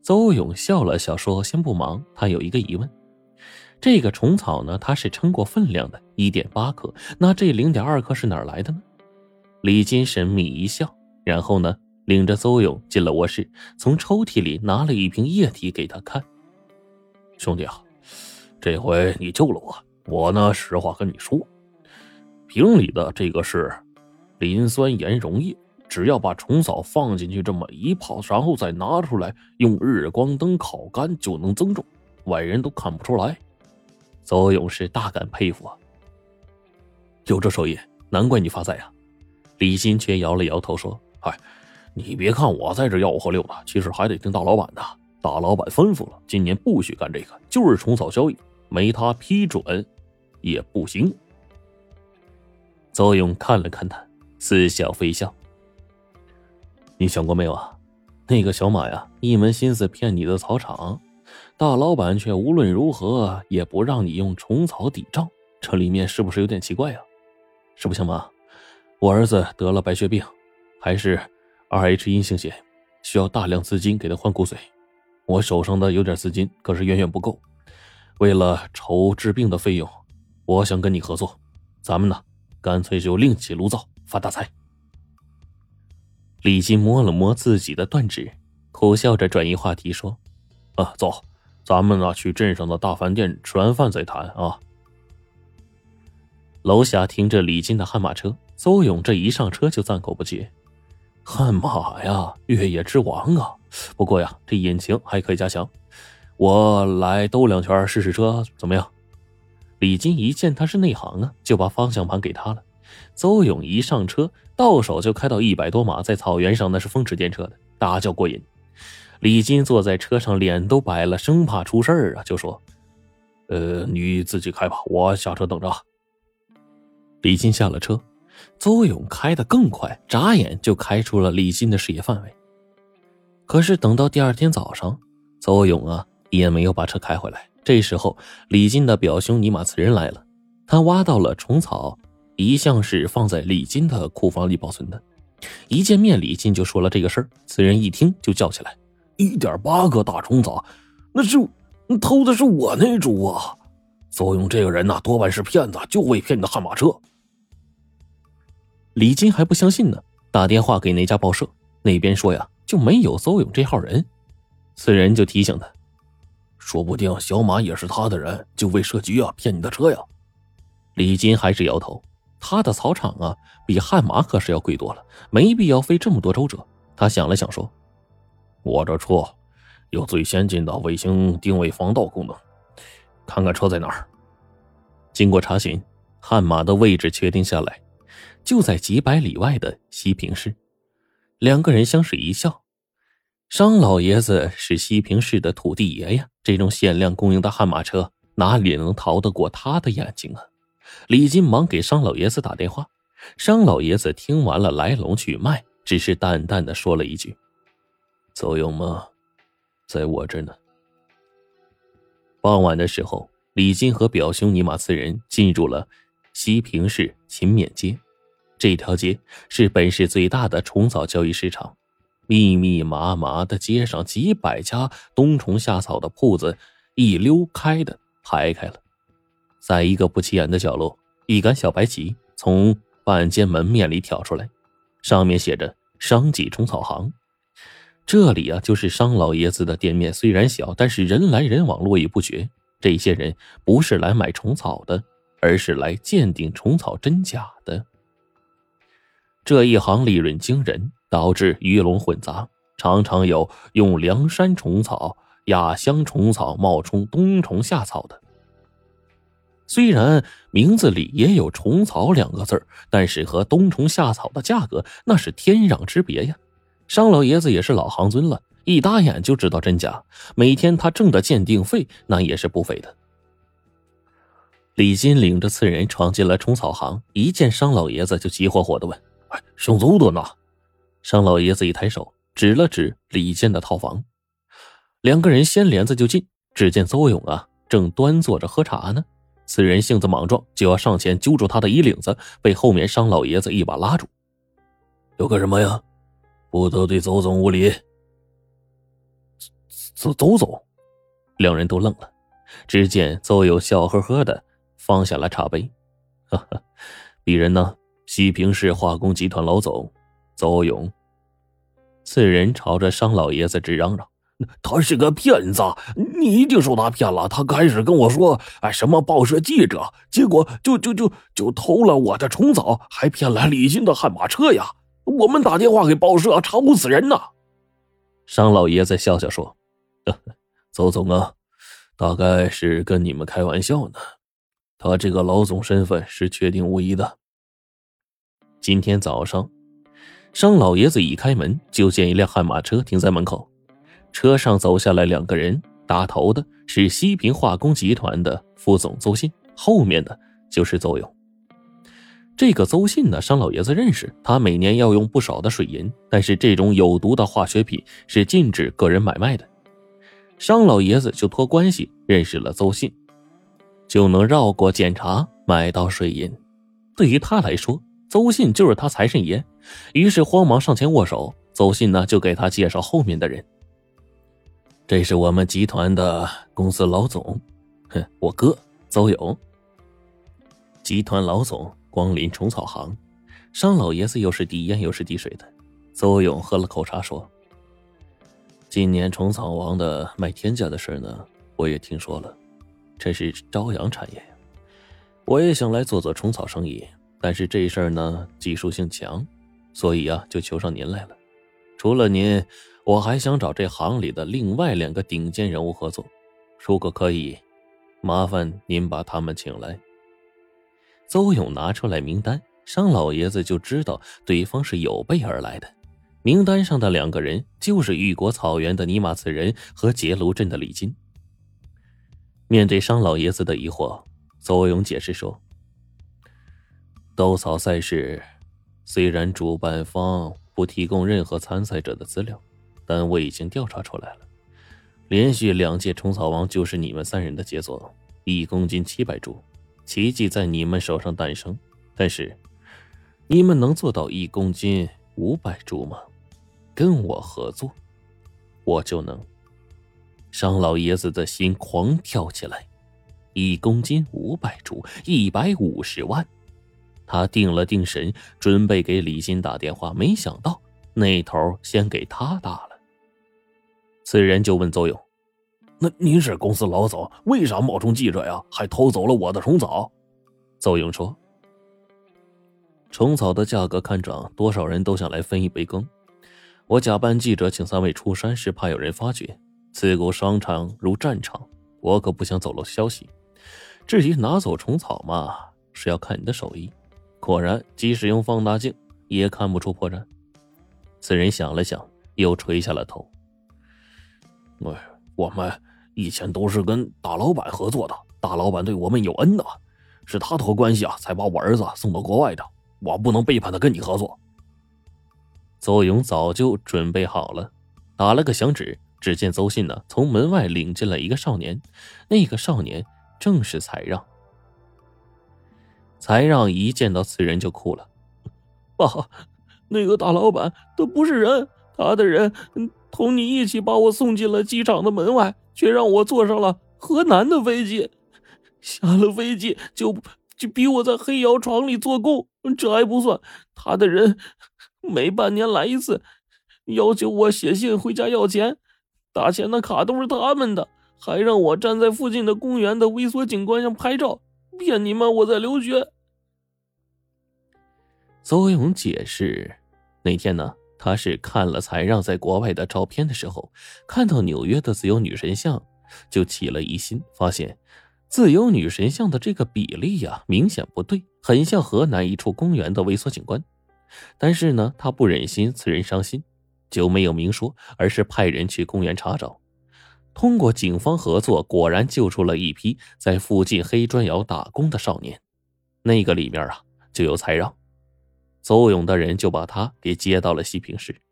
邹勇笑了笑说：“先不忙，他有一个疑问。这个虫草呢，它是称过分量的 1.8 克，那这 0.2 克是哪儿来的呢？”李金神秘一笑，然后呢，领着邹勇进了卧室，从抽屉里拿了一瓶液体给他看。 兄弟啊，这回你救了我，我呢实话跟你说，瓶里的这个是磷酸盐溶液，只要把虫草放进去这么一泡，然后再拿出来用日光灯烤干就能增重，外人都看不出来。 邹勇是大感佩服啊， 有这手艺，难怪你发财啊。 李金却摇了摇头说：“ 嗨，你别看我在这吆五喝六的，其实还得听大老板的。大老板吩咐了，今年不许干这个，就是虫草交易，没他批准也不行。” 邹勇看了看他，似笑非笑：“ 你想过没有啊？那个小马呀，一门心思骗你的草场，大老板却无论如何也不让你用虫草抵账，这里面是不是有点奇怪啊？实不相瞒，我儿子得了白血病，还是 Rh 阴性血，需要大量资金给他换骨髓。我手上的有点资金，可是远远不够。为了筹治病的费用，我想跟你合作，咱们呢，干脆就另起炉灶发大财。” 李金摸了摸自己的断指，苦笑着转移话题说：“ 走，咱们呢去镇上的大饭店吃完饭再谈啊。” 楼下停着李金的悍马车，邹勇这一上车就赞口不绝：“ 悍马呀，越野之王啊！不过呀，这引擎还可以加强，我来兜2圈试试车怎么样？” 李金一见他是内行啊，就把方向盘给他了。邹勇一上车，到手就开到100多码，在草原上那是风驰电掣的，大叫过瘾。李金坐在车上，脸都白了，生怕出事啊，就说：“ 你自己开吧，我下车等着。” 李金下了车，邹勇开得更快，眨眼就开出了李金的视野范围。可是等到第二天早上，邹勇啊也没有把车开回来。这时候，李金的表兄尼玛次人来了，他挖到了虫草，一向是放在李金的库房里保存的。一见面，李金就说了这个事儿，此人一听就叫起来 ：“1.8个大虫草，那偷的是我那株啊！邹勇这个人呐，多半是骗子，就会骗你的悍马车。” 李金还不相信呢，打电话给那家报社，那边说呀就没有邹勇这号人。此人就提醒他：“ 说不定小马也是他的人，就为设局啊骗你的车呀。” 李金还是摇头，他的草场啊比悍马可是要贵多了，没必要费这么多周折。他想了想说：“ 我这车有最先进的卫星定位防盗功能，看看车在哪儿。” 经过查询，悍马的位置确定下来，就在几百里外的西平市。两个人相视一笑，商老爷子是西平市的土地爷呀，这种限量供应的悍马车哪里能逃得过他的眼睛啊？李金忙给商老爷子打电话，商老爷子听完了来龙去脉，只是淡淡的说了一句：“ 邹勇吗？在我这呢。” 傍晚的时候，李金和表兄尼玛次人进入了西平市秦缅街。这条街是本市最大的虫草交易市场，密密麻麻的街上几百家冬虫夏草的铺子一溜开的排开了。在一个不起眼的角落，一杆小白旗从半间门面里挑出来，上面写着商记虫草行。这里啊就是商老爷子的店面，虽然小，但是人来人往，络绎不绝。这些人不是来买虫草的，而是来鉴定虫草真假的。这一行利润惊人，导致鱼龙混杂，常常有用凉山虫草、亚香虫草冒充冬虫夏草的。虽然名字里也有虫草2个字，但是和冬虫夏草的价格那是天壤之别呀。商老爷子也是老行尊了，一打眼就知道真假，每天他挣的鉴定费那也是不菲的。李金领着次人闯进了虫草行，一见商老爷子就急火火地问：“ 姓邹的呢？” 商老爷子一抬手指了指李金的套房，两个人掀帘子就进。只见邹勇啊正端坐着喝茶呢，此人性子莽撞，就要上前揪住他的衣领子，被后面商老爷子一把拉住。 “有个什么呀？不得对邹总无礼。” 走。 两人都愣了，只见邹勇笑呵呵的放下了茶杯。哈哈，鄙人呢，西平市化工集团老总邹勇。四人朝着商老爷子直嚷嚷： 他是个骗子，你一定受他骗了。他开始跟我说什么报社记者，结果就偷了我的虫草，还骗了李金的悍马车呀。我们打电话给报社查无此人呢。 商老爷子笑笑说：邹总啊，大概是跟你们开玩笑呢，他这个老总身份是确定无疑的。今天早上，商老爷子一开门就见一辆悍马车停在门口，车上走下来两个人，打头的是西平化工集团的副总邹信，后面的就是邹勇。这个邹信呢，商老爷子认识，他每年要用不少的水银，但是这种有毒的化学品是禁止个人买卖的。商老爷子就托关系认识了邹信，就能绕过检查买到水银。对于他来说，邹信就是他财神爷，于是慌忙上前握手。邹信呢就给他介绍后面的人，这是我们集团的公司老总，我哥邹勇。集团老总光临虫草行，商老爷子又是递烟又是递水的。邹勇喝了口茶说：今年虫草王的卖天价的事呢，我也听说了，这是朝阳产业，我也想来做做虫草生意，但是这事儿呢技术性强，所以就求上您来了。除了您，我还想找这行里的另外2个顶尖人物合作，如果可以，麻烦您把他们请来。邹勇拿出来名单，商老爷子就知道对方是有备而来的。名单上的2个人就是玉国草原的尼玛刺人和结庐镇的李金。面对商老爷子的疑惑，邹勇解释说：斗草赛事虽然主办方不提供任何参赛者的资料，但我已经调查出来了，连续2届虫草王就是你们3人的杰作，1公斤700株，奇迹在你们手上诞生。但是你们能做到1公斤500株吗？跟我合作，我就能。商老爷子的心狂跳起来，1公斤500株，150万。他定了定神，准备给李金打电话，没想到那头先给他打了。此人就问邹勇： 那您是公司老总，为啥冒充记者呀？还偷走了我的虫草？ 邹勇说：虫草的价格看涨，多少人都想来分一杯羹。我假扮记者请3位出山，是怕有人发觉。自古商场如战场，我可不想走漏消息。至于拿走虫草嘛，是要看你的手艺。果然，即使用放大镜也看不出破绽。此人想了想，又垂下了头。 我们以前都是跟大老板合作的，大老板对我们有恩的，是他托关系才把我儿子送到国外的，我不能背叛他跟你合作。 邹勇早就准备好了，打了个响指，只见邹信呢从门外领进了一个少年，那个少年正是才让。才让一见到此人就哭了： 爸，那个大老板他不是人，他的人同你一起把我送进了机场的门外，却让我坐上了河南的飞机，下了飞机就逼我在黑窑厂里做工，这还不算，他的人每半年来一次，要求我写信回家要钱，打钱的卡都是他们的，还让我站在附近的公园的猥琐景观上拍照，骗你们我在留学。 邹勇解释，那天呢，他是看了才让在国外的照片的时候，看到纽约的自由女神像，就起了疑心，发现自由女神像的这个比例明显不对，很像河南一处公园的猥琐景观。但是呢，他不忍心此人伤心，就没有明说，而是派人去公园查找。通过警方合作，果然救出了一批在附近黑砖窑打工的少年，那个里面就有才让。邹勇的人就把他给接到了西平市。